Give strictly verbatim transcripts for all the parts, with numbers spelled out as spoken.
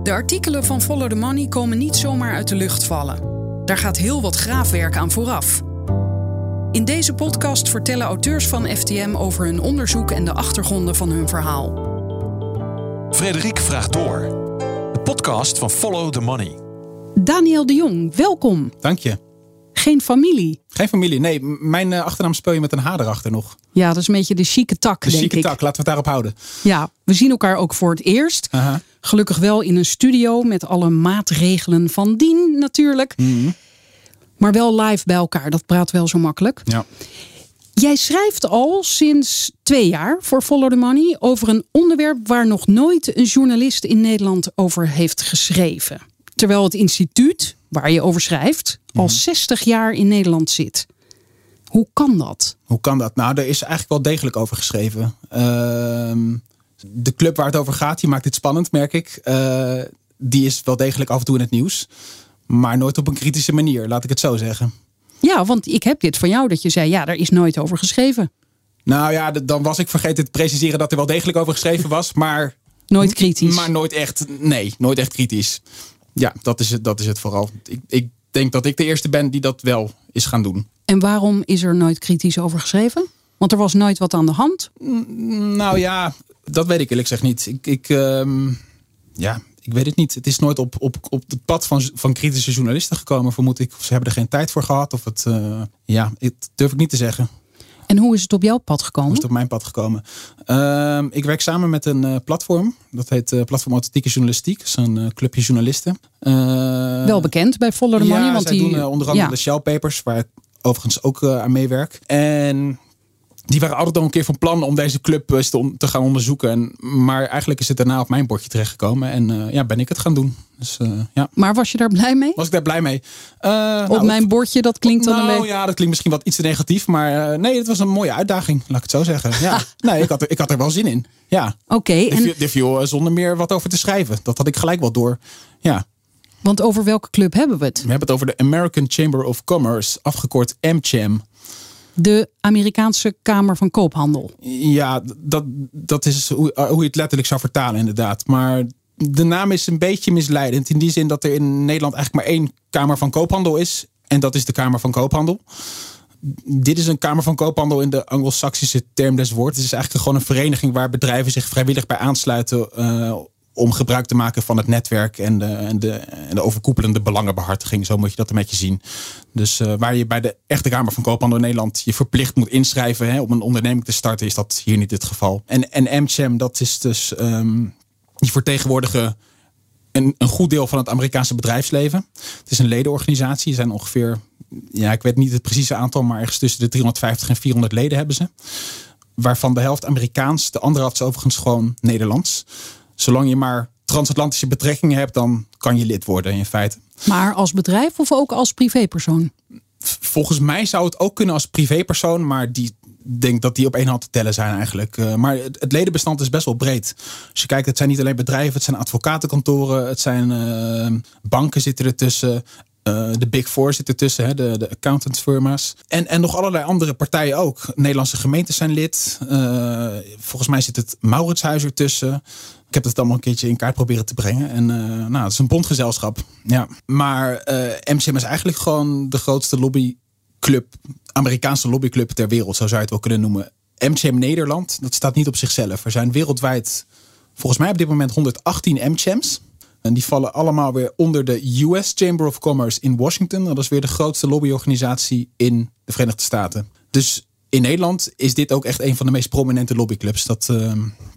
De artikelen van Follow the Money komen niet zomaar uit de lucht vallen. Daar gaat heel wat graafwerk aan vooraf. In deze podcast vertellen auteurs van F T M over hun onderzoek en de achtergronden van hun verhaal. Frederik vraagt door. De podcast van Follow the Money. Daniel de Jong, welkom. Dank je. Geen familie? Geen familie, nee. M- mijn uh, achternaam speel je met een H erachter nog. Ja, dat is een beetje de chique tak, De denk chique ik. tak, laten we het daarop houden. Ja, we zien elkaar ook voor het eerst. Aha. Gelukkig wel in een studio met alle maatregelen van dien natuurlijk. Mm-hmm. Maar wel live bij elkaar, dat praat wel zo makkelijk. Ja. Jij schrijft al sinds twee jaar voor Follow the Money over een onderwerp waar nog nooit een journalist in Nederland over heeft geschreven. Terwijl het instituut, waar je over schrijft, al Mm. zestig jaar in Nederland zit. Hoe kan dat? Hoe kan dat? Nou, er is eigenlijk wel degelijk over geschreven. Uh, de club waar het over gaat, die maakt dit spannend, merk ik. Uh, die is wel degelijk af en toe in het nieuws. Maar nooit op een kritische manier, laat ik het zo zeggen. Ja, want ik heb dit van jou dat je zei, ja, daar is nooit over geschreven. Nou ja, d- dan was ik vergeten te preciseren dat er wel degelijk over geschreven was. Maar Nooit kritisch. Maar nooit echt, nee, nooit echt kritisch. Ja, dat is het, dat is het vooral. Ik, ik denk dat ik de eerste ben die dat wel is gaan doen. En waarom is er nooit kritisch over geschreven? Want er was nooit wat aan de hand. Nou ja, dat weet ik eerlijk gezegd niet. Ik, ik, um, ja, ik weet het niet. Het is nooit op, op, op het pad van, van kritische journalisten gekomen, vermoed ik. Of ze hebben er geen tijd voor gehad. Of het, uh, ja, dat durf ik niet te zeggen. En hoe is het op jouw pad gekomen? Hoe is het op mijn pad gekomen? Uh, ik werk samen met een uh, platform. Dat heet uh, Platform Authentieke Journalistiek. Dat is een uh, clubje journalisten. Uh, Wel bekend bij Follow the Money. Ja, want zij die doen uh, onder andere ja. de Shell Papers, waar ik overigens ook uh, aan meewerk. En die waren altijd al een keer van plan om deze club te, te gaan onderzoeken. En, maar eigenlijk is het daarna op mijn bordje terechtgekomen. En uh, ja, ben ik het gaan doen. Dus, uh, ja. Maar was je daar blij mee? Was ik daar blij mee? Uh, op nou, mijn bordje, dat klinkt dan nou, een beetje... ja, dat klinkt misschien wat iets te negatief. Maar uh, nee, het was een mooie uitdaging. Laat ik het zo zeggen. Ja. Nee, ik had, er, ik had er wel zin in. Ja. Oké. Okay, en... Er viel zonder meer wat over te schrijven. Dat had ik gelijk wel door. Ja. Want over welke club hebben we het? We hebben het over de American Chamber of Commerce. Afgekort A M C H A M. De Amerikaanse Kamer van Koophandel. Ja, dat, dat is hoe, hoe je het letterlijk zou vertalen inderdaad. Maar de naam is een beetje misleidend. In die zin dat er in Nederland eigenlijk maar één Kamer van Koophandel is. En dat is de Kamer van Koophandel. Dit is een Kamer van Koophandel in de Anglo-Saxische term des woords. Het is eigenlijk gewoon een vereniging waar bedrijven zich vrijwillig bij aansluiten Uh, om gebruik te maken van het netwerk en de, en de, en de overkoepelende belangenbehartiging. Zo moet je dat een beetje zien. Dus uh, waar je bij de echte Kamer van Koophandel in Nederland je verplicht moet inschrijven hè, om een onderneming te starten, is dat hier niet het geval. En, en A M C H A M, dat is dus um, die vertegenwoordigen een, een goed deel van het Amerikaanse bedrijfsleven. Het is een ledenorganisatie. Er zijn ongeveer, ja, ik weet niet het precieze aantal, maar ergens tussen de driehonderdvijftig en vierhonderd leden hebben ze. Waarvan de helft Amerikaans, de andere helft is overigens gewoon Nederlands. Zolang je maar transatlantische betrekkingen hebt, dan kan je lid worden in feite. Maar als bedrijf of ook als privépersoon? Volgens mij zou het ook kunnen als privépersoon, maar die denk dat die op één hand te tellen zijn eigenlijk. Uh, maar het, het ledenbestand is best wel breed. Als je kijkt, het zijn niet alleen bedrijven, het zijn advocatenkantoren, het zijn uh, banken zitten ertussen. Uh, de Big Four zit ertussen, hè, de, de accountantsfirma's. En, en nog allerlei andere partijen ook. Nederlandse gemeentes zijn lid. Uh, volgens mij zit het Mauritshuis ertussen. Ik heb het allemaal een keertje in kaart proberen te brengen. En uh, nou, het is een bondgezelschap. Ja. Maar uh, A M C H A M is eigenlijk gewoon de grootste lobbyclub, Amerikaanse lobbyclub ter wereld, zo zou je het wel kunnen noemen. A M C H A M Nederland, dat staat niet op zichzelf. Er zijn wereldwijd, volgens mij op dit moment honderdachttien A M C H A M's. En die vallen allemaal weer onder de U S Chamber of Commerce in Washington. Dat is weer de grootste lobbyorganisatie in de Verenigde Staten. Dus in Nederland is dit ook echt een van de meest prominente lobbyclubs. Dat, uh,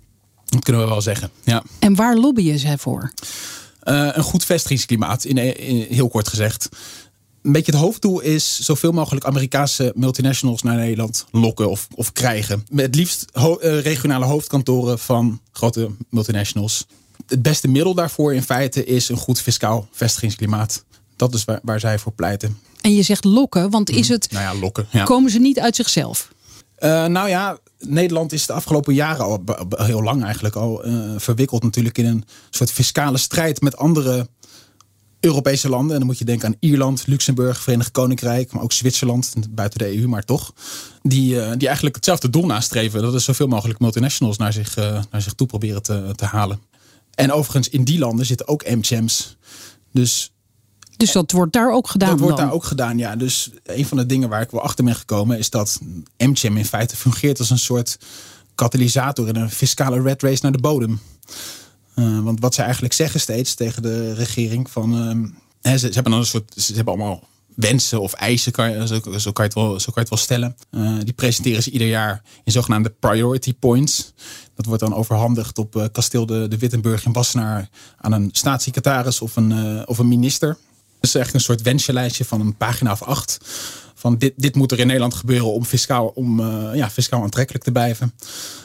dat kunnen we wel zeggen. Ja. En waar lobbyen zij voor? Uh, een goed vestigingsklimaat, in, in, heel kort gezegd. Een beetje het hoofddoel is zoveel mogelijk Amerikaanse multinationals naar Nederland lokken of, of krijgen. Met het liefst ho- uh, regionale hoofdkantoren van grote multinationals. Het beste middel daarvoor in feite is een goed fiscaal vestigingsklimaat. Dat is waar, waar zij voor pleiten. En je zegt lokken, want is het... Nou ja, lokken. Ja. Komen ze niet uit zichzelf? Uh, nou ja, Nederland is de afgelopen jaren al heel lang eigenlijk al uh, verwikkeld natuurlijk in een soort fiscale strijd met andere Europese landen. En dan moet je denken aan Ierland, Luxemburg, Verenigd Koninkrijk, maar ook Zwitserland, buiten de E U, maar toch. Die, uh, die eigenlijk hetzelfde doel nastreven. Dat is zoveel mogelijk multinationals naar zich, uh, naar zich toe proberen te, te halen. En overigens, in die landen zitten ook M C M's. Dus, dus dat wordt daar ook gedaan Dat wordt dan? daar ook gedaan, ja. Dus een van de dingen waar ik wel achter ben gekomen is dat M C M in feite fungeert als een soort katalysator in een fiscale rat race naar de bodem. Uh, want wat zij eigenlijk zeggen steeds tegen de regering van uh, hè, ze, ze hebben dan een soort, ze hebben allemaal wensen of eisen, kan je, zo, zo, kan je het wel, zo kan je het wel stellen. Uh, die presenteren ze ieder jaar in zogenaamde priority points. Dat wordt dan overhandigd op uh, kasteel de, de Wittenburg in Wassenaar aan een staatssecretaris of een, uh, of een minister. Dat is eigenlijk een soort wenslijstje van een pagina of acht. Van dit, dit moet er in Nederland gebeuren om fiscaal, om, uh, ja, fiscaal aantrekkelijk te blijven.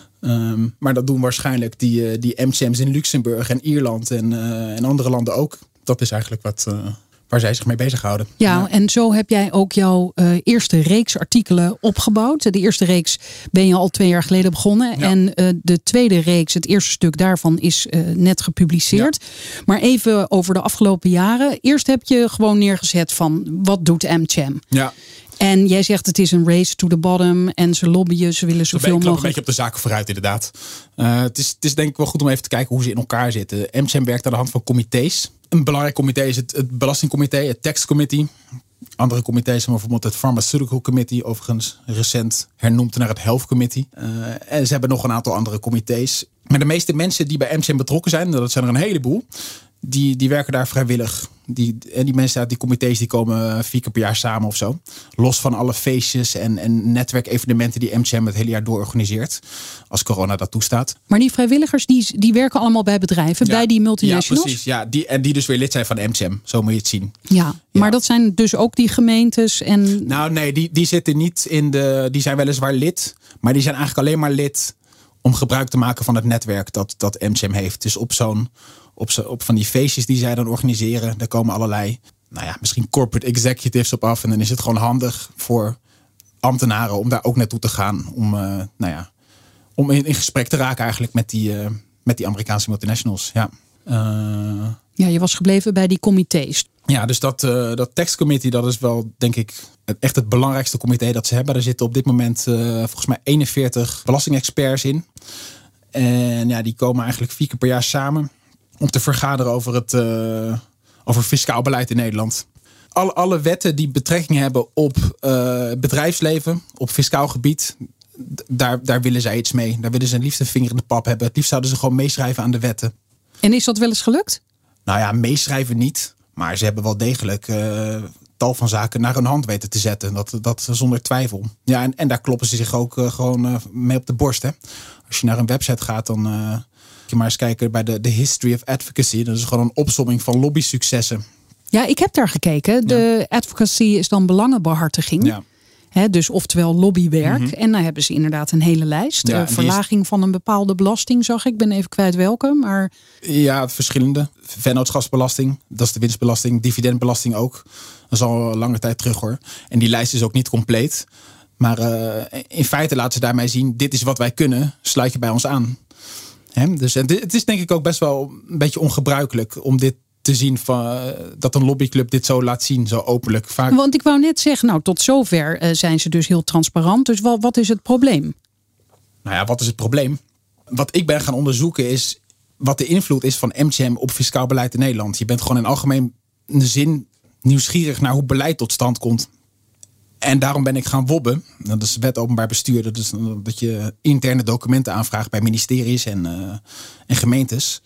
Um, maar dat doen waarschijnlijk die, uh, die M C M's in Luxemburg en Ierland en, uh, en andere landen ook. Dat is eigenlijk wat, uh, waar zij zich mee bezighouden. Ja, ja, en zo heb jij ook jouw uh, eerste reeks artikelen opgebouwd. De eerste reeks ben je al twee jaar geleden begonnen. Ja. En uh, de tweede reeks, het eerste stuk daarvan, is uh, net gepubliceerd. Ja. Maar even over de afgelopen jaren. Eerst heb je gewoon neergezet van wat doet M C M? Ja. En jij zegt het is een race to the bottom en ze lobbyen, ze willen zoveel mogelijk. Ik loop een beetje op de zaken vooruit inderdaad. Uh, het, is, het is denk ik wel goed om even te kijken hoe ze in elkaar zitten. M C M werkt aan de hand van comité's. Een belangrijk comité is het, het Belastingcomité, het Tax Committee. Andere comité's zijn bijvoorbeeld het Pharmaceutical Committee, overigens recent hernoemd naar het Health Committee. Uh, en ze hebben nog een aantal andere comité's. Maar de meeste mensen die bij M C M betrokken zijn, dat zijn er een heleboel, die, die werken daar vrijwillig. Die, en die mensen uit die comité's die komen vier keer per jaar samen of zo. Los van alle feestjes en, en netwerkevenementen die M C M het hele jaar door organiseert. Als corona dat toestaat. Maar die vrijwilligers die, die werken allemaal bij bedrijven, ja, bij die multinationals? Ja, precies. Ja, die, en die dus weer lid zijn van M C M. Zo moet je het zien. Ja, ja, maar dat zijn dus ook die gemeentes en... Nou nee, die, die zitten niet in de... Die zijn weliswaar lid. Maar die zijn eigenlijk alleen maar lid om gebruik te maken van het netwerk dat, dat M C M heeft. Dus op zo'n... Op, zo, op van die feestjes die zij dan organiseren, daar komen allerlei, nou ja, misschien corporate executives op af. En dan is het gewoon handig voor ambtenaren om daar ook naartoe te gaan. Om, uh, nou ja, om in, in gesprek te raken eigenlijk met die, uh, met die Amerikaanse multinationals. Ja. Uh, ja, je was gebleven bij die comité's. Ja, dus dat, uh, dat Tax Committee, dat is wel, denk ik, echt het belangrijkste comité dat ze hebben. Daar zitten op dit moment uh, volgens mij eenenveertig belastingexperts in. En ja, die komen eigenlijk vier keer per jaar samen om te vergaderen over het uh, over fiscaal beleid in Nederland. Alle, alle wetten die betrekking hebben op uh, bedrijfsleven, op fiscaal gebied, daar, daar willen zij iets mee. Daar willen ze een liefst een vinger in de pap hebben. Het liefst zouden ze gewoon meeschrijven aan de wetten. En is dat wel eens gelukt? Nou ja, meeschrijven niet. Maar ze hebben wel degelijk uh, tal van zaken naar hun hand weten te zetten. Dat, dat zonder twijfel. Ja, en, en daar kloppen ze zich ook uh, gewoon uh, mee op de borst. Hè. Als je naar een website gaat, dan uh, je maar eens kijken bij de, de History of Advocacy. Dat is gewoon een opsomming van lobby-successen. Ja, ik heb daar gekeken. De ja. advocacy is dan belangenbehartiging. Ja. He, dus oftewel lobbywerk. Mm-hmm. En dan hebben ze inderdaad een hele lijst. Ja, uh, verlaging is... van een bepaalde belasting zag ik. Ik ben even kwijt welke. Maar... Ja, verschillende. Vennootschapsbelasting, dat is de winstbelasting. Dividendbelasting ook. Dat is al een lange tijd terug hoor. En die lijst is ook niet compleet. Maar uh, in feite laten ze daarmee zien, dit is wat wij kunnen. Sluit je bij ons aan. He, dus en dit, het is denk ik ook best wel een beetje ongebruikelijk om dit te zien van, uh, dat een lobbyclub dit zo laat zien, zo openlijk. Vaak... Want ik wou net zeggen, nou tot zover uh, zijn ze dus heel transparant. Dus wat, wat is het probleem? Nou ja, wat is het probleem? Wat ik ben gaan onderzoeken is wat de invloed is van M C M op fiscaal beleid in Nederland. Je bent gewoon in algemeen zin nieuwsgierig naar hoe beleid tot stand komt. En daarom ben ik gaan wobben. Dat is wet openbaar bestuur. Dat is dat je interne documenten aanvraagt bij ministeries en, uh, en gemeentes.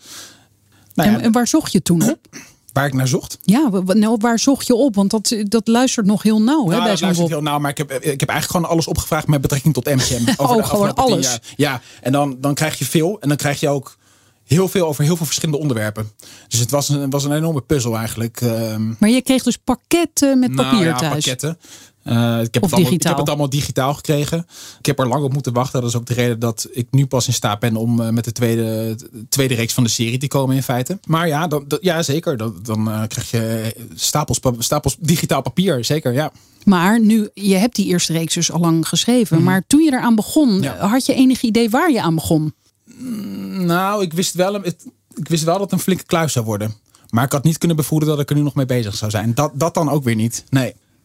Nou ja, en, en waar zocht je toen op? Waar ik naar zocht? Ja, nou, waar zocht je op? Want dat, dat luistert nog heel nauw. Nou, hè, bij dat zo'n luistert heel nauw, maar ik heb, ik heb eigenlijk gewoon alles opgevraagd met betrekking tot M C M. Over oh, gewoon alles? Jaar. Ja, en dan, dan krijg je veel. En dan krijg je ook heel veel over heel veel verschillende onderwerpen. Dus het was een, was een enorme puzzel eigenlijk. Maar je kreeg dus pakketten met papier nou, ja, thuis? pakketten. Uh, ik, heb of het allemaal, digitaal? ik heb het allemaal digitaal gekregen. Ik heb er lang op moeten wachten. Dat is ook de reden dat ik nu pas in staat ben om uh, met de tweede, tweede reeks van de serie te komen in feite. Maar ja, dan, dan, ja zeker. Dan, dan uh, krijg je stapels, stapels digitaal papier. Zeker, ja. Maar nu, je hebt die eerste reeks dus al lang geschreven. Mm. Maar toen je eraan begon, ja. had je enig idee waar je aan begon? Nou, ik wist wel, het, ik wist wel dat het een flinke kluis zou worden. Maar ik had niet kunnen bevoeden dat ik er nu nog mee bezig zou zijn. Dat, dat dan ook weer niet. Nee.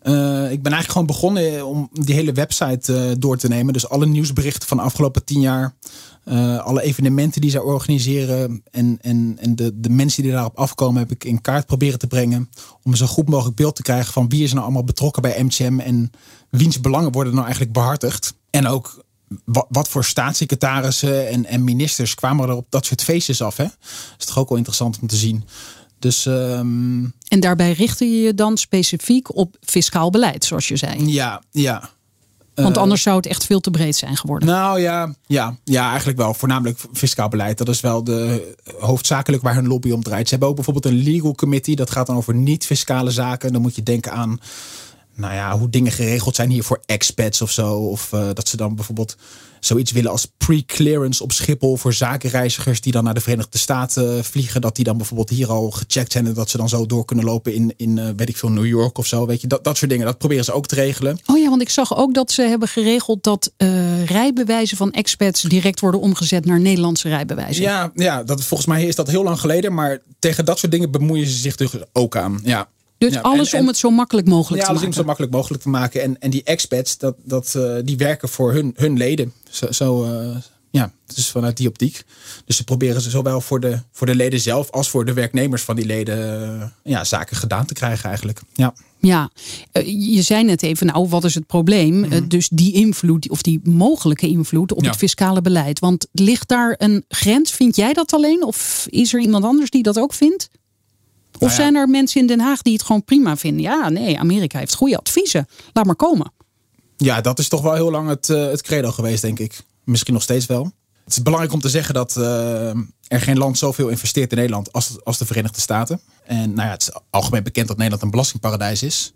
Uh, ik ben eigenlijk gewoon begonnen om die hele website uh, door te nemen. Dus alle nieuwsberichten van de afgelopen tien jaar. Uh, alle evenementen die zij organiseren. En, en, en de, de mensen die daarop afkomen heb ik in kaart proberen te brengen. Om een zo goed mogelijk beeld te krijgen van wie is nou allemaal betrokken bij M T M. En wiens belangen worden nou eigenlijk behartigd. En ook wat, wat voor staatssecretarissen en, en ministers kwamen er op dat soort feestjes af. Hè? Dat is toch ook wel interessant om te zien. Dus, um... En daarbij richtte je je dan specifiek op fiscaal beleid, zoals je zei. Ja, ja. Want anders zou het echt veel te breed zijn geworden. Nou ja, ja, ja, eigenlijk wel. Voornamelijk fiscaal beleid. Dat is wel de hoofdzakelijk waar hun lobby om draait. Ze hebben ook bijvoorbeeld een legal committee. Dat gaat dan over niet-fiscale zaken. Dan moet je denken aan nou ja, hoe dingen geregeld zijn hier voor expats of zo. Of uh, dat ze dan bijvoorbeeld zoiets willen als pre-clearance op Schiphol voor zakenreizigers die dan naar de Verenigde Staten vliegen. Dat die dan bijvoorbeeld hier al gecheckt zijn en dat ze dan zo door kunnen lopen in, in uh, weet ik veel, New York of zo. Weet je, dat, dat soort dingen. Dat proberen ze ook te regelen. Oh ja, want ik zag ook dat ze hebben geregeld dat uh, rijbewijzen van expats direct worden omgezet naar Nederlandse rijbewijzen. Ja, ja dat, volgens mij is dat heel lang geleden. Maar tegen dat soort dingen bemoeien ze zich dus ook aan. Ja. Dus ja, alles en, en, om het zo makkelijk mogelijk ja, te maken. Ja, alles om het zo makkelijk mogelijk te maken. En, en die expats, dat, dat, uh, die werken voor hun, hun leden. Zo, zo uh, ja, dus vanuit die optiek. Dus ze proberen ze zowel voor de, voor de leden zelf als voor de werknemers van die leden uh, ja, zaken gedaan te krijgen eigenlijk. Ja. Ja, je zei net even, nou, wat is het probleem? Mm-hmm. Dus die invloed, of die mogelijke invloed op ja. het fiscale beleid. Want ligt daar een grens? Vind jij dat alleen? Of is er iemand anders die dat ook vindt? Of nou ja. zijn er mensen in Den Haag die het gewoon prima vinden? Ja, nee, Amerika heeft goede adviezen. Laat maar komen. Ja, dat is toch wel heel lang het, uh, het credo geweest, denk ik. Misschien nog steeds wel. Het is belangrijk om te zeggen dat uh, er geen land zoveel investeert in Nederland als, als de Verenigde Staten. En nou ja, het is algemeen bekend dat Nederland een belastingparadijs is.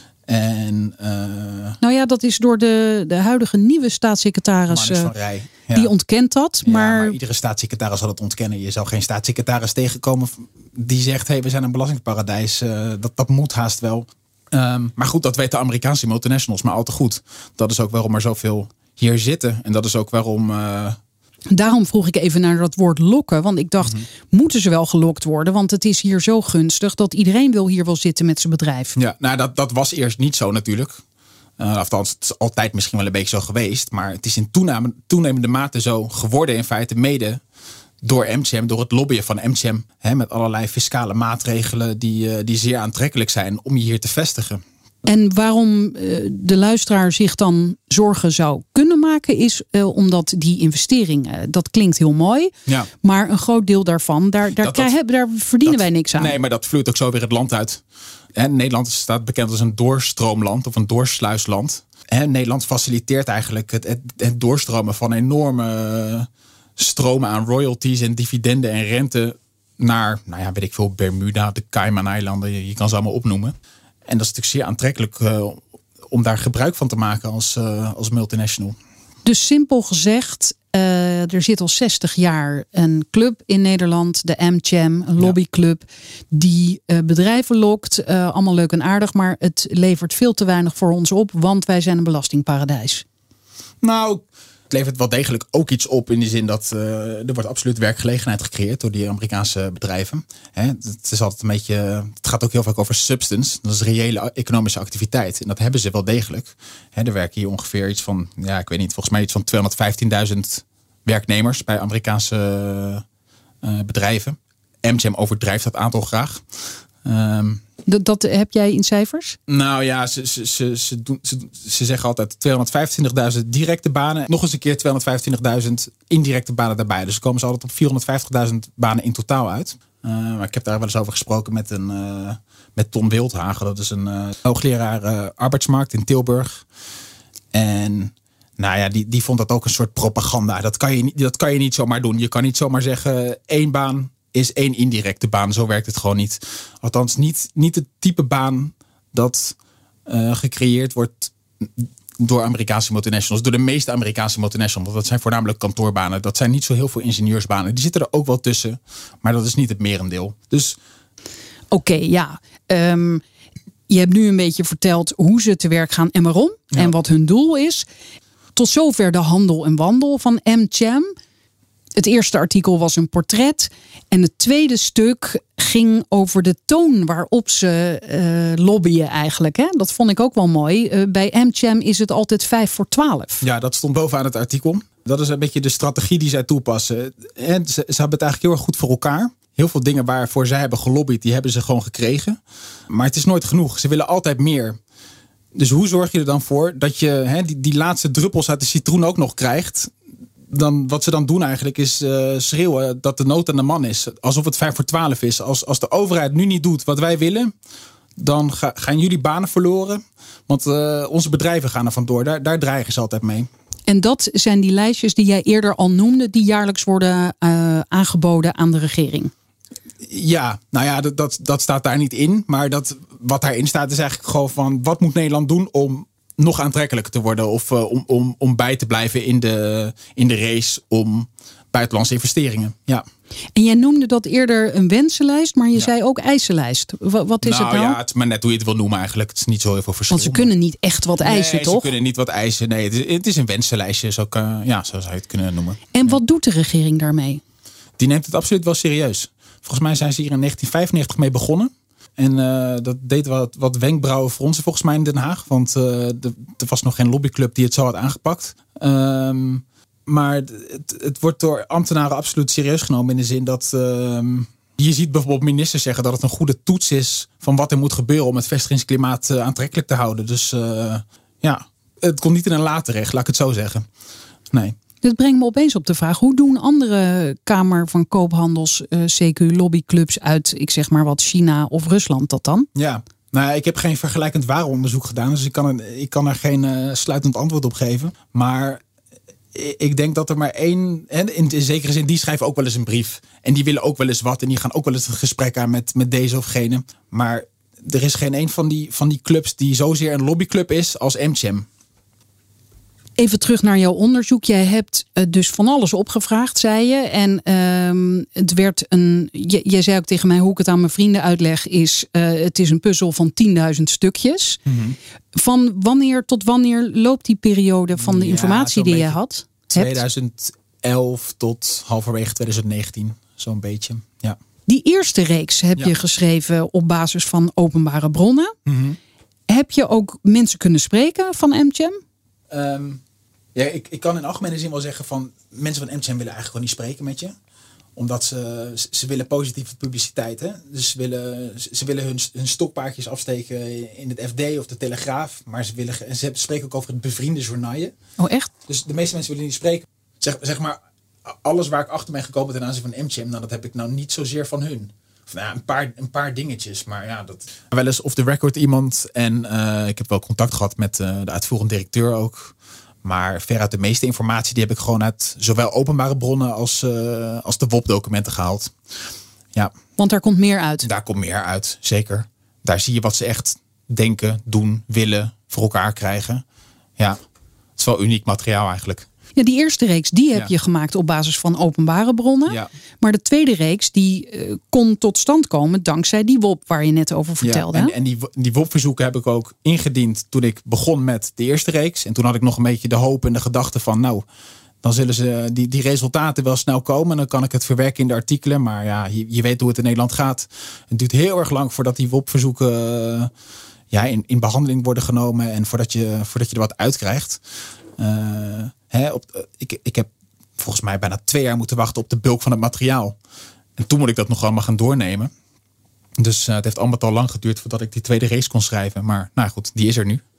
En, uh, nou ja, dat is door de, de huidige nieuwe staatssecretaris. Van Rij. Ja. Die ontkent dat. Ja, maar... maar iedere staatssecretaris zal het ontkennen. Je zal geen staatssecretaris tegenkomen die zegt, hey, we zijn een belastingparadijs. Uh, dat, dat moet haast wel. Um, maar goed, dat weten de Amerikaanse multinationals maar al te goed. Dat is ook waarom er zoveel hier zitten. En dat is ook waarom... Uh, Daarom vroeg ik even naar dat woord lokken. Want ik dacht, mm-hmm. moeten ze wel gelokt worden? Want het is hier zo gunstig dat iedereen wil hier wel zitten met zijn bedrijf. Ja, nou dat, dat was eerst niet zo natuurlijk. Uh, althans, het is altijd misschien wel een beetje zo geweest. Maar het is in toename, toenemende mate zo geworden in feite mede door M T M, door het lobbyen van M T M. Hè, met allerlei fiscale maatregelen die, uh, die zeer aantrekkelijk zijn om je hier te vestigen. En waarom uh, de luisteraar zich dan zorgen zou kunnen maken is uh, omdat die investeringen, dat klinkt heel mooi. Ja. Maar een groot deel daarvan, daar, daar, dat, dat, krijgen, daar verdienen dat, wij niks aan. Nee, maar dat vloeit ook zo weer het land uit. En Nederland staat bekend als een doorstroomland of een doorsluisland. En Nederland faciliteert eigenlijk het, het, het doorstromen van enorme stromen aan royalties en dividenden en rente naar, nou ja, weet ik veel, Bermuda, de Cayman-eilanden, je, je kan ze allemaal opnoemen. En dat is natuurlijk zeer aantrekkelijk uh, om daar gebruik van te maken als, uh, als multinational. Dus simpel gezegd, uh, er zit al zestig jaar een club in Nederland, de M T M, een lobbyclub, die uh, bedrijven lokt. Uh, allemaal leuk en aardig, maar het levert veel te weinig voor ons op, want wij zijn een belastingparadijs. Nou, het levert wel degelijk ook iets op in de zin dat uh, er wordt absoluut werkgelegenheid gecreëerd door die Amerikaanse bedrijven. Hè, het is altijd een beetje, het gaat ook heel vaak over substance. Dat is reële economische activiteit. En dat hebben ze wel degelijk. Hè, er werken hier ongeveer iets van, ja, ik weet niet, volgens mij iets van tweehonderdvijftienduizend werknemers bij Amerikaanse uh, bedrijven. M T M overdrijft dat aantal graag. Um, Dat, dat heb jij in cijfers? Nou ja, ze, ze, ze, ze, doen, ze, ze zeggen altijd tweehonderdvijfentwintigduizend directe banen. Nog eens een keer tweehonderdvijfentwintigduizend indirecte banen daarbij. Dus komen ze altijd op vierhonderdvijftigduizend banen in totaal uit. Uh, maar ik heb daar wel eens over gesproken met, een, uh, met Ton Wildhagen. Dat is een uh, hoogleraar uh, arbeidsmarkt in Tilburg. En nou ja, die, die vond dat ook een soort propaganda. Dat kan, je, dat kan je niet zomaar doen. Je kan niet zomaar zeggen één baan is één indirecte baan. Zo werkt het gewoon niet. Althans, niet, niet het type baan dat uh, gecreëerd wordt door Amerikaanse multinationals. Door de meeste Amerikaanse multinationals. Dat zijn voornamelijk kantoorbanen. Dat zijn niet zo heel veel ingenieursbanen. Die zitten er ook wel tussen. Maar dat is niet het merendeel. Dus Oké, okay, ja. Um, je hebt nu een beetje verteld hoe ze te werk gaan en waarom. Ja. En wat hun doel is. Tot zover de handel en wandel van M T M. Het eerste artikel was een portret. En het tweede stuk ging over de toon waarop ze uh, lobbyen eigenlijk. Hè? Dat vond ik ook wel mooi. Uh, bij AmCham is het altijd vijf voor twaalf. Ja, dat stond bovenaan het artikel. Dat is een beetje de strategie die zij toepassen. En ze, ze hebben het eigenlijk heel erg goed voor elkaar. Heel veel dingen waarvoor zij hebben gelobbyd, die hebben ze gewoon gekregen. Maar het is nooit genoeg. Ze willen altijd meer. Dus hoe zorg je er dan voor dat je hè, die, die laatste druppels uit de citroen ook nog krijgt? Dan, wat ze dan doen eigenlijk is uh, schreeuwen dat de nood aan de man is. Alsof het vijf voor twaalf is. Als, als de overheid nu niet doet wat wij willen, dan ga, gaan jullie banen verloren. Want uh, onze bedrijven gaan er vandoor. Daar, daar dreigen ze altijd mee. En dat zijn die lijstjes die jij eerder al noemde, die jaarlijks worden uh, aangeboden aan de regering. Ja, nou ja, dat, dat, dat staat daar niet in. Maar dat, wat daarin staat is eigenlijk gewoon van, wat moet Nederland doen om nog aantrekkelijker te worden? Of uh, om, om, om bij te blijven in de, in de race om buitenlandse investeringen. Ja. En jij noemde dat eerder een wensenlijst, maar je ja. zei ook eisenlijst. Wat, wat is nou, het nou? Ja, het is maar net hoe je het wil noemen eigenlijk. Het is niet zo heel veel verschil. Want ze kunnen niet echt wat eisen, nee, toch? ze kunnen niet wat eisen. Nee, het is, het is een wensenlijstje. Zo, uh, ja, zo zou je het kunnen noemen. En ja. wat doet de regering daarmee? Die neemt het absoluut wel serieus. Volgens mij zijn ze hier in negentien vijfennegentig mee begonnen. En uh, dat deed wat, wat wenkbrauwen fronsen volgens mij in Den Haag. Want uh, de, er was nog geen lobbyclub die het zo had aangepakt. Um, maar het, het wordt door ambtenaren absoluut serieus genomen. In de zin dat um, je ziet bijvoorbeeld ministers zeggen dat het een goede toets is van wat er moet gebeuren om het vestigingsklimaat uh, aantrekkelijk te houden. Dus uh, ja, het komt niet in een la terecht, laat ik het zo zeggen. Nee. Dit brengt me opeens op de vraag, hoe doen andere Kamer van Koophandels, uh, C Q lobbyclubs uit, ik zeg maar wat, China of Rusland dat dan? Ja, nou, ik heb geen vergelijkend warenonderzoek gedaan, dus ik kan er, ik kan er geen uh, sluitend antwoord op geven. Maar ik denk dat er maar één, en in, in zekere zin, die schrijven ook wel eens een brief. En die willen ook wel eens wat en die gaan ook wel eens het gesprek aan met, met deze of gene. Maar er is geen een van die, van die clubs die zozeer een lobbyclub is als AmCham. Even terug naar jouw onderzoek. Jij hebt dus van alles opgevraagd, zei je. En um, het werd een. J- jij zei ook tegen mij, hoe ik het aan mijn vrienden uitleg, is uh, het is een puzzel van tienduizend stukjes. Mm-hmm. Van wanneer tot wanneer loopt die periode van de ja, informatie die je had? tweeduizend elf hebt? Tot halverwege twintig negentien, zo'n beetje. Ja. Die eerste reeks heb ja. je geschreven op basis van openbare bronnen. Mm-hmm. Heb je ook mensen kunnen spreken van AmCham? Um, ja, ik, ik kan in algemene zin wel zeggen van mensen van AmCham willen eigenlijk gewoon niet spreken met je. Omdat ze, ze willen positieve publiciteit. Hè? Dus ze willen, ze willen hun, hun stokpaardjes afsteken in het F D of de Telegraaf. Maar ze, willen, ze spreken ook over het bevriende journaalje. Oh echt? Dus de meeste mensen willen niet spreken. Zeg, zeg maar, alles waar ik achter ben gekomen ten aanzien van AmCham, nou, dat heb ik nou niet zozeer van hun. Of, nou, een, paar, een paar dingetjes, maar ja. Dat... Wel eens off the record iemand. En uh, ik heb wel contact gehad met uh, de uitvoerend directeur ook. Maar veruit de meeste informatie die heb ik gewoon uit zowel openbare bronnen als, uh, als de W O P-documenten gehaald. Ja. Want daar komt meer uit. Daar komt meer uit, zeker. Daar zie je wat ze echt denken, doen, willen, voor elkaar krijgen. Ja, het is wel uniek materiaal eigenlijk. Ja, die eerste reeks die heb ja. je gemaakt op basis van openbare bronnen. Ja. Maar de tweede reeks die uh, kon tot stand komen dankzij die W O P waar je net over vertelde. Ja, en, en die, die W O P-verzoeken heb ik ook ingediend toen ik begon met de eerste reeks. En toen had ik nog een beetje de hoop en de gedachte van nou, dan zullen ze die, die resultaten wel snel komen. En dan kan ik het verwerken in de artikelen. Maar ja, je, je weet hoe het in Nederland gaat. Het duurt heel erg lang voordat die W O P-verzoeken uh, ja, in, in behandeling worden genomen. En voordat je, voordat je er wat uit krijgt. Uh, He, op, ik, ik heb volgens mij bijna twee jaar moeten wachten op de bulk van het materiaal. En toen moet ik dat nog allemaal gaan doornemen. Dus uh, het heeft allemaal al lang geduurd voordat ik die tweede race kon schrijven. Maar nou goed, die is er nu.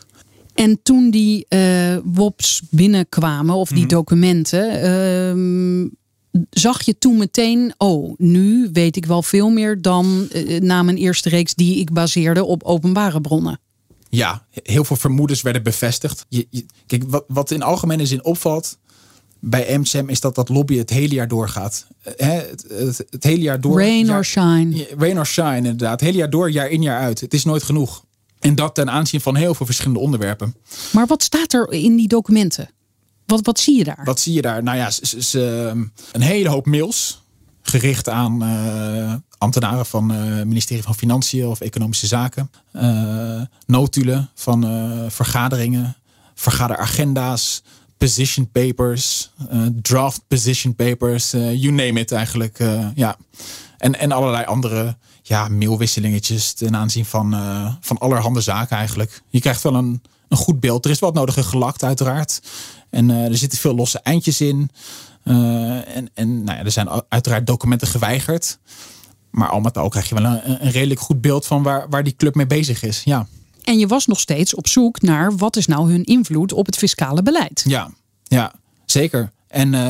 En toen die uh, W O P's binnenkwamen, of die mm-hmm. documenten, uh, zag je toen meteen, oh, nu weet ik wel veel meer dan uh, na mijn eerste reeks die ik baseerde op openbare bronnen. Ja, heel veel vermoedens werden bevestigd. Je, je, kijk, wat, wat in algemene zin opvalt bij AmCham is dat dat lobby het hele jaar doorgaat. He, het, het, het hele jaar door. Rain jaar, or shine. Rain or shine, inderdaad. Het hele jaar door, jaar in, jaar uit. Het is nooit genoeg. En dat ten aanzien van heel veel verschillende onderwerpen. Maar wat staat er in die documenten? Wat, wat zie je daar? Wat zie je daar? Nou ja, s, s, een hele hoop mails gericht aan uh, ambtenaren van het uh, ministerie van Financiën of Economische Zaken. Uh, notulen van uh, vergaderingen, vergaderagenda's, P position papers, uh, draft position papers, uh, you name it eigenlijk. Uh, ja. en, en allerlei andere ja, mailwisselingetjes ten aanzien van, uh, van allerhande zaken eigenlijk. Je krijgt wel een, een goed beeld. Er is wat nodige gelakt uiteraard. En uh, er zitten veel losse eindjes in. Uh, en en nou ja, er zijn uiteraard documenten geweigerd. Maar al met al krijg je wel een, een redelijk goed beeld van waar, waar die club mee bezig is. Ja. En je was nog steeds op zoek naar wat is nou hun invloed op het fiscale beleid. Ja, ja zeker. En uh,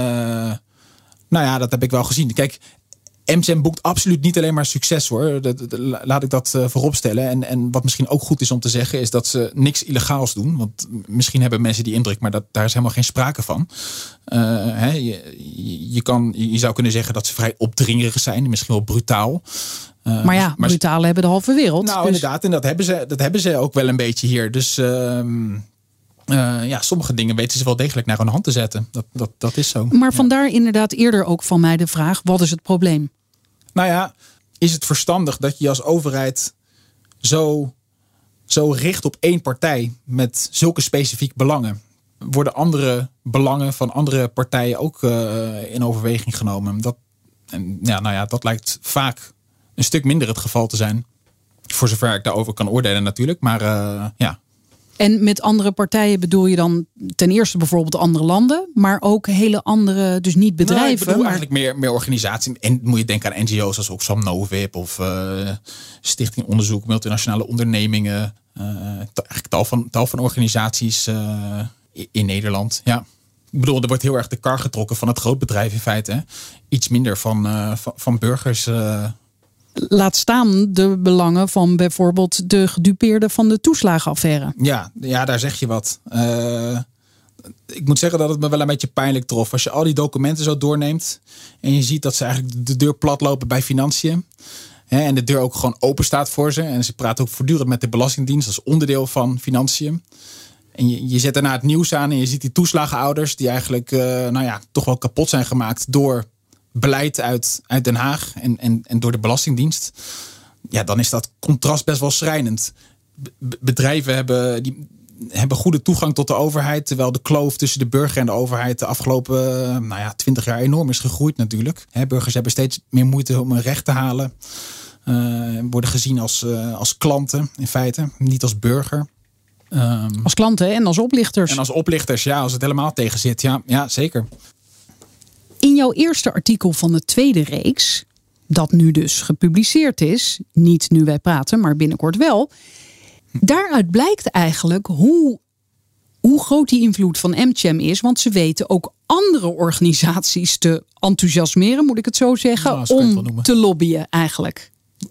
nou ja, dat heb ik wel gezien. Kijk, M C M boekt absoluut niet alleen maar succes hoor. Dat, dat, laat ik dat uh, voorop stellen. En, en wat misschien ook goed is om te zeggen is dat ze niks illegaals doen. Want misschien hebben mensen die indruk, maar dat, daar is helemaal geen sprake van. Uh, hè, je, je, kan, je zou kunnen zeggen dat ze vrij opdringerig zijn. Misschien wel brutaal. Uh, maar ja, maar brutalen hebben de halve wereld. Nou dus... inderdaad, en dat hebben, ze, dat hebben ze ook wel een beetje hier. Dus uh, uh, ja, sommige dingen weten ze wel degelijk naar hun hand te zetten. Dat, dat, dat is zo. Maar vandaar ja. inderdaad eerder ook van mij de vraag, wat is het probleem? Nou ja, is het verstandig dat je als overheid zo, zo richt op één partij met zulke specifieke belangen? Worden andere belangen van andere partijen ook uh, in overweging genomen? Dat, en ja, nou ja, dat lijkt vaak een stuk minder het geval te zijn. Voor zover ik daarover kan oordelen natuurlijk. Maar uh, ja. En met andere partijen bedoel je dan ten eerste bijvoorbeeld andere landen, maar ook hele andere, dus niet bedrijven. Nou, ik bedoel maar... eigenlijk meer, meer organisaties. En moet je denken aan N G O's als Oxfam Novib of uh, Stichting Onderzoek Multinationale Ondernemingen. Uh, eigenlijk tal van, tal van organisaties uh, in Nederland. Ja. Ik bedoel, er wordt heel erg de kar getrokken van het grootbedrijf in feite. Hè. Iets minder van, uh, van, van burgers. Uh, Laat staan de belangen van bijvoorbeeld de gedupeerden van de toeslagenaffaire. Ja, ja, daar zeg je wat. Uh, ik moet zeggen dat het me wel een beetje pijnlijk trof. Als je al die documenten zo doorneemt en je ziet dat ze eigenlijk de deur platlopen bij financiën. Hè, en de deur ook gewoon open staat voor ze. En ze praten ook voortdurend met de Belastingdienst als onderdeel van financiën. En je, je zet daarna het nieuws aan en je ziet die toeslagenouders die eigenlijk uh, nou ja, toch wel kapot zijn gemaakt door beleid uit, uit Den Haag en, en, en door de Belastingdienst. Ja, dan is dat contrast best wel schrijnend. Be- bedrijven hebben, die, hebben goede toegang tot de overheid, terwijl de kloof tussen de burger en de overheid de afgelopen nou ja, twintig jaar enorm is gegroeid natuurlijk. He, burgers hebben steeds meer moeite om een recht te halen. Uh, worden gezien als, uh, als klanten in feite, niet als burger. Um, als klanten en als oplichters. En als oplichters, ja, als het helemaal tegen zit. Ja, ja, zeker. In jouw eerste artikel van de tweede reeks, dat nu dus gepubliceerd is, niet nu wij praten, maar binnenkort wel. Daaruit blijkt eigenlijk hoe, hoe groot die invloed van M C M is. Want ze weten ook andere organisaties te enthousiasmeren, moet ik het zo zeggen, nou, om te lobbyen eigenlijk.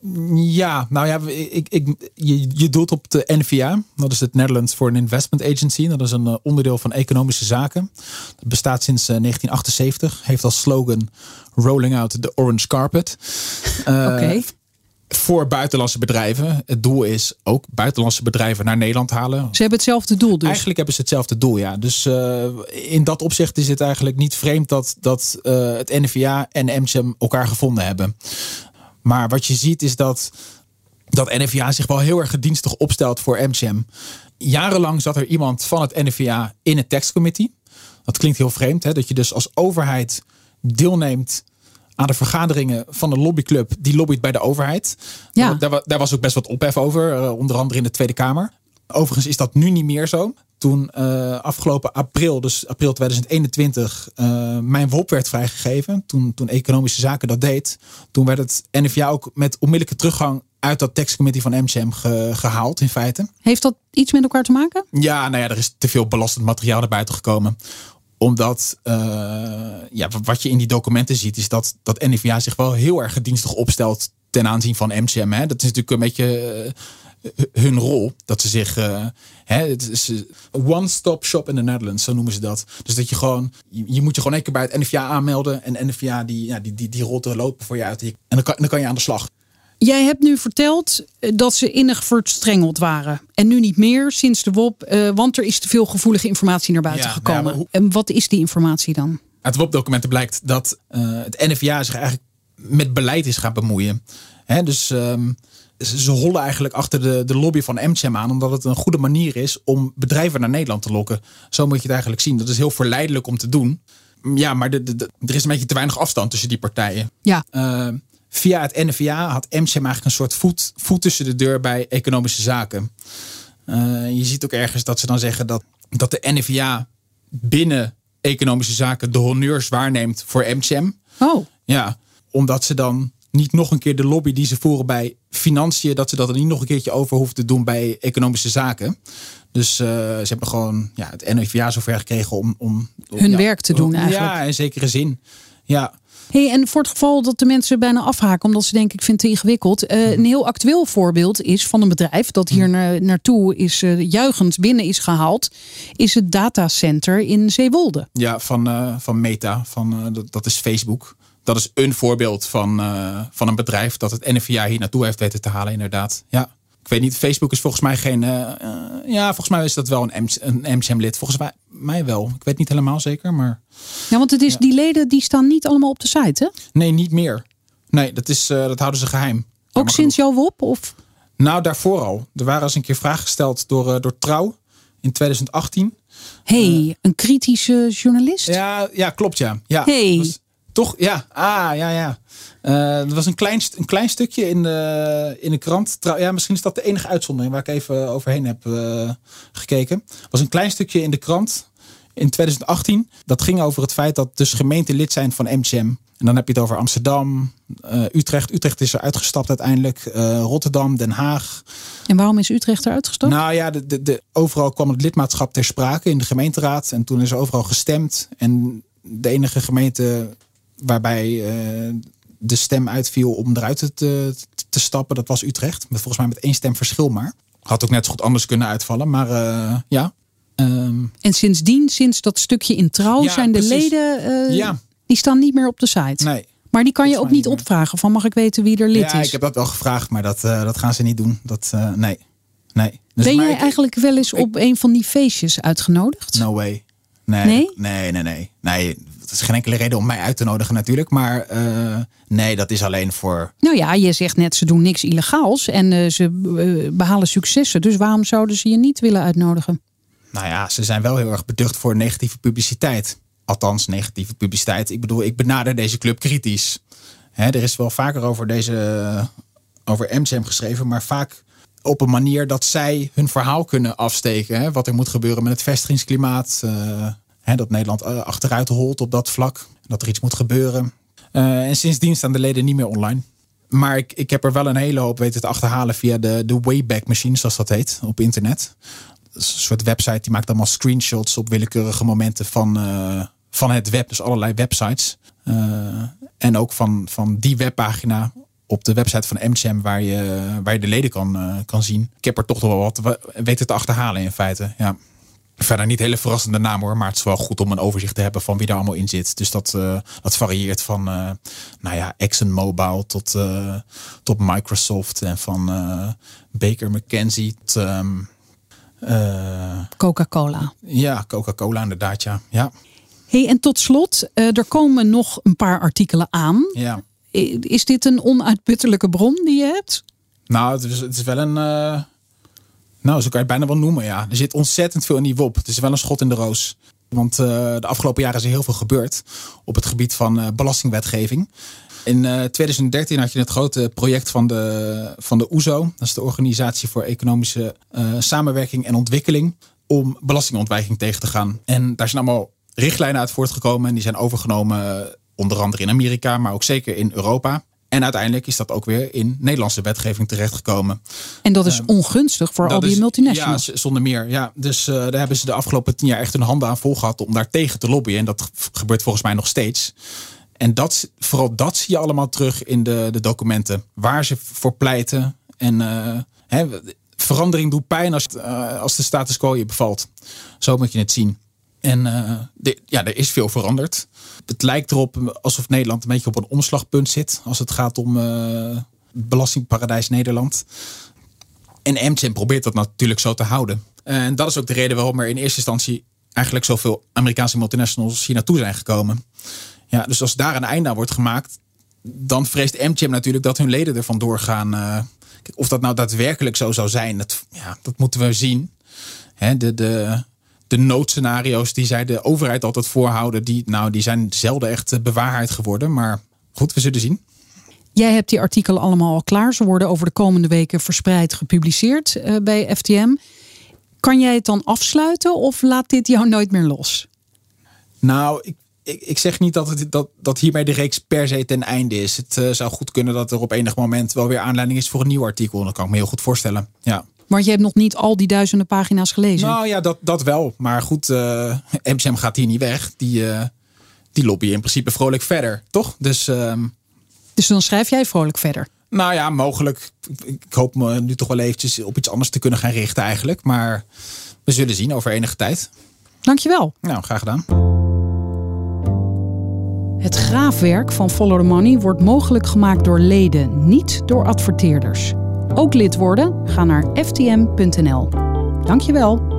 Ja, nou ja, ik, ik, je, je doelt op de N V A. Dat is het Netherlands Foreign Investment Agency. Dat is een onderdeel van economische zaken. Dat bestaat sinds negentien achtenzeventig. Heeft als slogan Rolling out the orange carpet. Uh, okay. Voor buitenlandse bedrijven. Het doel is ook buitenlandse bedrijven naar Nederland halen. Ze hebben hetzelfde doel dus? Eigenlijk hebben ze hetzelfde doel, ja. Dus uh, in dat opzicht is het eigenlijk niet vreemd dat, dat uh, het N V A en M C M elkaar gevonden hebben. Maar wat je ziet is dat, dat N V A zich wel heel erg gedienstig opstelt voor M C M. Jarenlang zat er iemand van het N V A in het tax committee. Dat klinkt heel vreemd, hè? Dat je dus als overheid deelneemt aan de vergaderingen van een lobbyclub die lobbyt bij de overheid. Ja. Daar, daar was ook best wat ophef over, onder andere in de Tweede Kamer. Overigens is dat nu niet meer zo. Toen uh, afgelopen april, dus april tweeduizend eenentwintig, uh, mijn W O P werd vrijgegeven. Toen, toen Economische Zaken dat deed. Toen werd het N V A ook met onmiddellijke teruggang uit dat taxcommittee van M C M ge, gehaald in feite. Heeft dat iets met elkaar te maken? Ja, nou ja, er is te veel belastend materiaal naar buiten gekomen. Omdat, uh, ja, wat je in die documenten ziet, is dat, dat N V A zich wel heel erg gedienstig opstelt ten aanzien van M C M. Hè. Dat is natuurlijk een beetje Uh, hun rol, dat ze zich uh, hè, het is one-stop shop in the Netherlands, zo noemen ze dat. Dus dat je gewoon, je, je moet je gewoon één keer bij het N V A aanmelden en N V A die, ja, die, die, die rolt de lopen voor je uit en dan kan, dan kan je aan de slag. Jij hebt nu verteld dat ze innig verstrengeld waren en nu niet meer sinds de W O P, uh, want er is te veel gevoelige informatie naar buiten ja, gekomen. Ja, hoe... En wat is die informatie dan? Uit W O P-documenten blijkt dat uh, het N V A zich eigenlijk met beleid is gaan bemoeien. Hè, dus um, ze, ze hollen eigenlijk achter de, de lobby van AmCham aan. Omdat het een goede manier is om bedrijven naar Nederland te lokken. Zo moet je het eigenlijk zien. Dat is heel verleidelijk om te doen. Ja, maar de, de, de, er is een beetje te weinig afstand tussen die partijen. Ja. Uh, via het N V A had AmCham eigenlijk een soort voet, voet tussen de deur bij economische zaken. Uh, je ziet ook ergens dat ze dan zeggen dat, dat de N V A binnen economische zaken de honneurs waarneemt voor AmCham. Oh. Ja, omdat ze dan niet nog een keer de lobby die ze voeren bij financiën, dat ze dat er niet nog een keertje over hoeven te doen bij economische zaken. Dus uh, ze hebben gewoon ja, het N V A zover gekregen om, om, om hun ja, werk te doen eigenlijk. Ja, in zekere zin. Ja. Hey, en voor het geval dat de mensen bijna afhaken omdat ze denken ik vind het te ingewikkeld. Uh, een heel actueel voorbeeld is van een bedrijf dat hier na, naartoe is uh, juichend binnen is gehaald. Is het datacenter in Zeewolde. Ja, van, uh, van Meta. Van, uh, dat, dat is Facebook. Dat is een voorbeeld van, uh, van een bedrijf dat het N V A hier naartoe heeft weten te halen inderdaad. Ja. Ik weet niet, Facebook is volgens mij geen... Uh, uh, ja, volgens mij is dat wel een, een AmCham-lid. Volgens mij, mij wel. Ik weet niet helemaal zeker, maar... Ja, want het is, ja. die leden die staan niet allemaal op de site, hè? Nee, niet meer. Nee, dat, is, uh, dat houden ze geheim. Ook sinds jouw W O P? Of? Nou, daarvoor al. Er waren eens een keer vragen gesteld door, uh, door Trouw in twintig achttien. Hey, uh, een kritische journalist? Ja, ja klopt ja. ja hey. Was, toch? Ja. Ah, ja, ja. Uh, er was een klein, een klein stukje in de, in de krant. Trouw, ja, misschien is dat de enige uitzondering waar ik even overheen heb uh, gekeken. Er was een klein stukje in de krant in twintig achttien. Dat ging over het feit dat dus gemeenten lid zijn van AmCham. En dan heb je het over Amsterdam, uh, Utrecht. Utrecht is er uitgestapt uiteindelijk. Uh, Rotterdam, Den Haag. En waarom is Utrecht eruit gestapt? Nou ja, de, de, de, overal kwam het lidmaatschap ter sprake in de gemeenteraad. En toen is er overal gestemd. En de enige gemeente waarbij uh, de stem uitviel om eruit te, te, te stappen, dat was Utrecht. Met, volgens mij met één stem verschil maar. Had ook net zo goed anders kunnen uitvallen. Maar uh, ja... Um, en sindsdien, sinds dat stukje in Trouw, ja, zijn de precies. leden, uh, ja. die staan niet meer op de site. Nee. Maar die kan je ook niet opvragen van mag ik weten wie er lid ja, is? Ja, ik heb dat wel gevraagd, maar dat, uh, dat gaan ze niet doen. Dat, uh, nee. nee. Dus ben jij ik, eigenlijk wel eens ik, op een van die feestjes uitgenodigd? No way. Nee? Nee, nee, nee. nee. nee dat is geen enkele reden om mij uit te nodigen natuurlijk. Maar uh, nee, dat is alleen voor... Nou ja, je zegt net ze doen niks illegaals en uh, ze uh, behalen successen. Dus waarom zouden ze je niet willen uitnodigen? Nou ja, ze zijn wel heel erg beducht voor negatieve publiciteit. Althans, negatieve publiciteit. Ik bedoel, ik benader deze club kritisch. Hè, er is wel vaker over deze over AmCham geschreven, maar vaak op een manier dat zij hun verhaal kunnen afsteken. Hè, wat er moet gebeuren met het vestigingsklimaat. Uh, hè, dat Nederland achteruit holt op dat vlak. Dat er iets moet gebeuren. Uh, en sindsdien staan de leden niet meer online. Maar ik, ik heb er wel een hele hoop weten te achterhalen via de, de Wayback Machine, zoals dat heet, op internet. Een soort website die maakt allemaal screenshots op willekeurige momenten van, uh, van het web. Dus allerlei websites. Uh, en ook van, van die webpagina op de website van AmCham waar je, waar je de leden kan, uh, kan zien. Ik heb er toch nog wel wat weten te achterhalen in feite. Ja. Verder niet hele verrassende naam hoor. Maar het is wel goed om een overzicht te hebben van wie er allemaal in zit. Dus dat, uh, dat varieert van uh, nou ja, ExxonMobil tot, uh, tot Microsoft. En van uh, Baker McKenzie tot... Um, Uh, Coca-Cola. Ja, Coca-Cola inderdaad, ja. ja. Hey, en tot slot, uh, er komen nog een paar artikelen aan. Ja. Is dit een onuitputtelijke bron die je hebt? Nou, het is, het is wel een... Uh, nou, zo kan je het bijna wel noemen, ja. Er zit ontzettend veel in die W O P. Het is wel een schot in de roos. Want uh, de afgelopen jaren is er heel veel gebeurd op het gebied van uh, belastingwetgeving. In uh, twintig dertien had je het grote project van de, van de O E S O. Dat is de Organisatie voor Economische uh, Samenwerking en Ontwikkeling. Om belastingontwijking tegen te gaan. En daar zijn allemaal richtlijnen uit voortgekomen. En die zijn overgenomen uh, onder andere in Amerika. Maar ook zeker in Europa. En uiteindelijk is dat ook weer in Nederlandse wetgeving terechtgekomen. En dat is ongunstig voor al die is, multinationals. Ja, zonder meer. Ja. Dus uh, daar hebben ze de afgelopen tien jaar echt hun handen aan vol gehad om daar tegen te lobbyen. En dat gebeurt volgens mij nog steeds. En dat, vooral dat zie je allemaal terug in de, de documenten. Waar ze voor pleiten. En uh, hè, verandering doet pijn als, uh, als de status quo je bevalt. Zo moet je het zien. En uh, de, ja, er is veel veranderd. Het lijkt erop alsof Nederland een beetje op een omslagpunt zit. Als het gaat om uh, belastingparadijs Nederland. En AmCham probeert dat natuurlijk zo te houden. En dat is ook de reden waarom er in eerste instantie eigenlijk zoveel Amerikaanse multinationals hier naartoe zijn gekomen. Ja, dus als daar een einde aan wordt gemaakt, dan vreest AmCham natuurlijk dat hun leden er vandoor gaan. Uh, Of dat nou daadwerkelijk zo zou zijn, dat, ja, dat moeten we zien. Hè, de, de, de noodscenario's die zij de overheid altijd voorhouden, die, nou, die zijn zelden echt bewaarheid geworden. Maar goed, we zullen zien. Jij hebt die artikelen allemaal al klaar. Ze worden over de komende weken verspreid gepubliceerd uh, bij F T M. Kan jij het dan afsluiten of laat dit jou nooit meer los? Nou, ik, ik, ik zeg niet dat, het, dat, dat hiermee de reeks per se ten einde is. Het uh, zou goed kunnen dat er op enig moment wel weer aanleiding is voor een nieuw artikel. Dat kan ik me heel goed voorstellen. Ja. Want je hebt nog niet al die duizenden pagina's gelezen. Nou ja, dat, dat wel. Maar goed, uh, M C M gaat hier niet weg. Die, uh, die lobbyen in principe vrolijk verder, toch? Dus, uh, dus dan schrijf jij vrolijk verder? Nou ja, mogelijk. Ik hoop me nu toch wel eventjes op iets anders te kunnen gaan richten eigenlijk. Maar we zullen zien over enige tijd. Dankjewel. Nou, graag gedaan. Het graafwerk van Follow the Money wordt mogelijk gemaakt door leden, niet door adverteerders. Ook lid worden? Ga naar f t m punt n l. Dankjewel.